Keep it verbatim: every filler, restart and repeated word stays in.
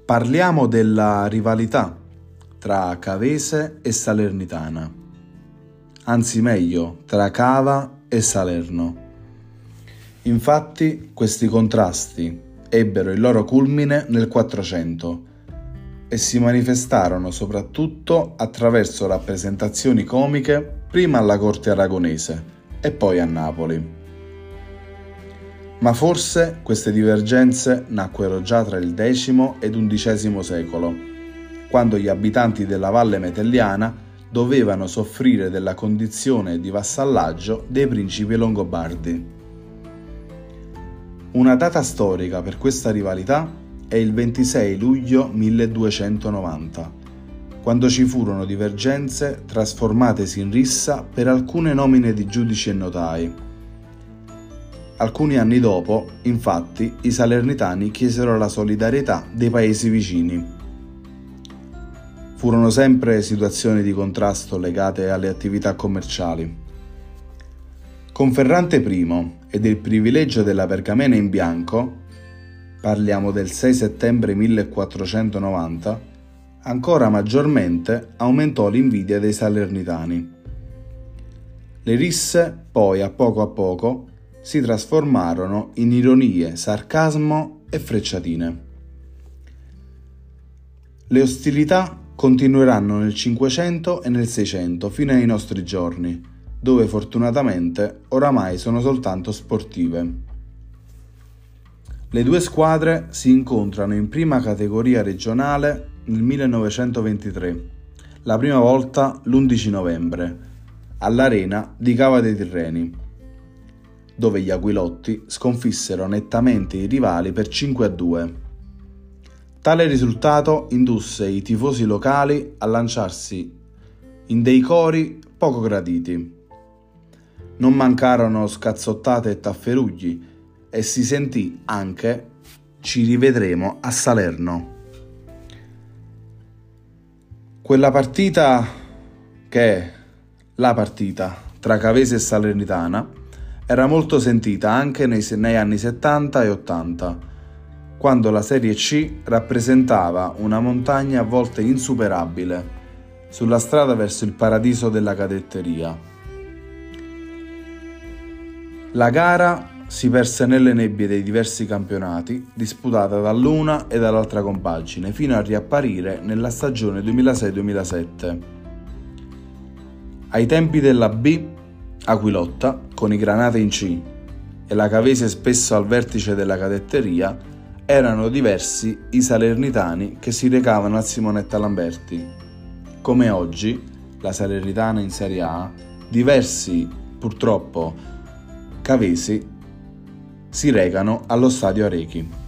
Parliamo della rivalità tra Cavese e Salernitana, anzi meglio, tra Cava e Salerno. Infatti questi contrasti ebbero il loro culmine nel Quattrocento e si manifestarono soprattutto attraverso rappresentazioni comiche prima alla corte aragonese e poi a Napoli. Ma forse queste divergenze nacquero già tra il X ed undicesimo secolo, quando gli abitanti della Valle Metelliana dovevano soffrire della condizione di vassallaggio dei principi longobardi. Una data storica per questa rivalità è il ventisei luglio milleduecentonovanta, quando ci furono divergenze trasformatesi in rissa per alcune nomine di giudici e notai. Alcuni anni dopo, infatti, i salernitani chiesero la solidarietà dei paesi vicini. Furono sempre situazioni di contrasto legate alle attività commerciali. Con Ferrante I e del privilegio della pergamena in bianco, parliamo del sei settembre millequattrocentonovanta, ancora maggiormente aumentò l'invidia dei salernitani. Le risse, poi, a poco a poco, si trasformarono in ironie, sarcasmo e frecciatine. Le ostilità continueranno nel Cinquecento e nel Seicento fino ai nostri giorni, dove fortunatamente oramai sono soltanto sportive. Le due squadre si incontrano in prima categoria regionale nel millenovecentoventitré, la prima volta l'undici novembre, all'Arena di Cava dei Tirreni, dove gli Aquilotti sconfissero nettamente i rivali per cinque a due. Tale risultato indusse i tifosi locali a lanciarsi in dei cori poco graditi. Non mancarono scazzottate e tafferugli e si sentì anche "ci rivedremo a Salerno". Quella partita, che è la partita tra Cavese e Salernitana, era molto sentita anche nei, nei anni settanta e ottanta, quando la Serie C rappresentava una montagna a volte insuperabile sulla strada verso il paradiso della cadetteria. La gara si perse nelle nebbie dei diversi campionati, disputata dall'una e dall'altra compagine, fino a riapparire nella stagione duemilasei duemilasette. Ai tempi della B, Aquilotta, con i Granate in C, e la Cavese spesso al vertice della cadetteria, erano diversi i salernitani che si recavano al Simonetta Lamberti. Come oggi, la Salernitana in Serie A, diversi, purtroppo, cavesi si recano allo stadio Arechi.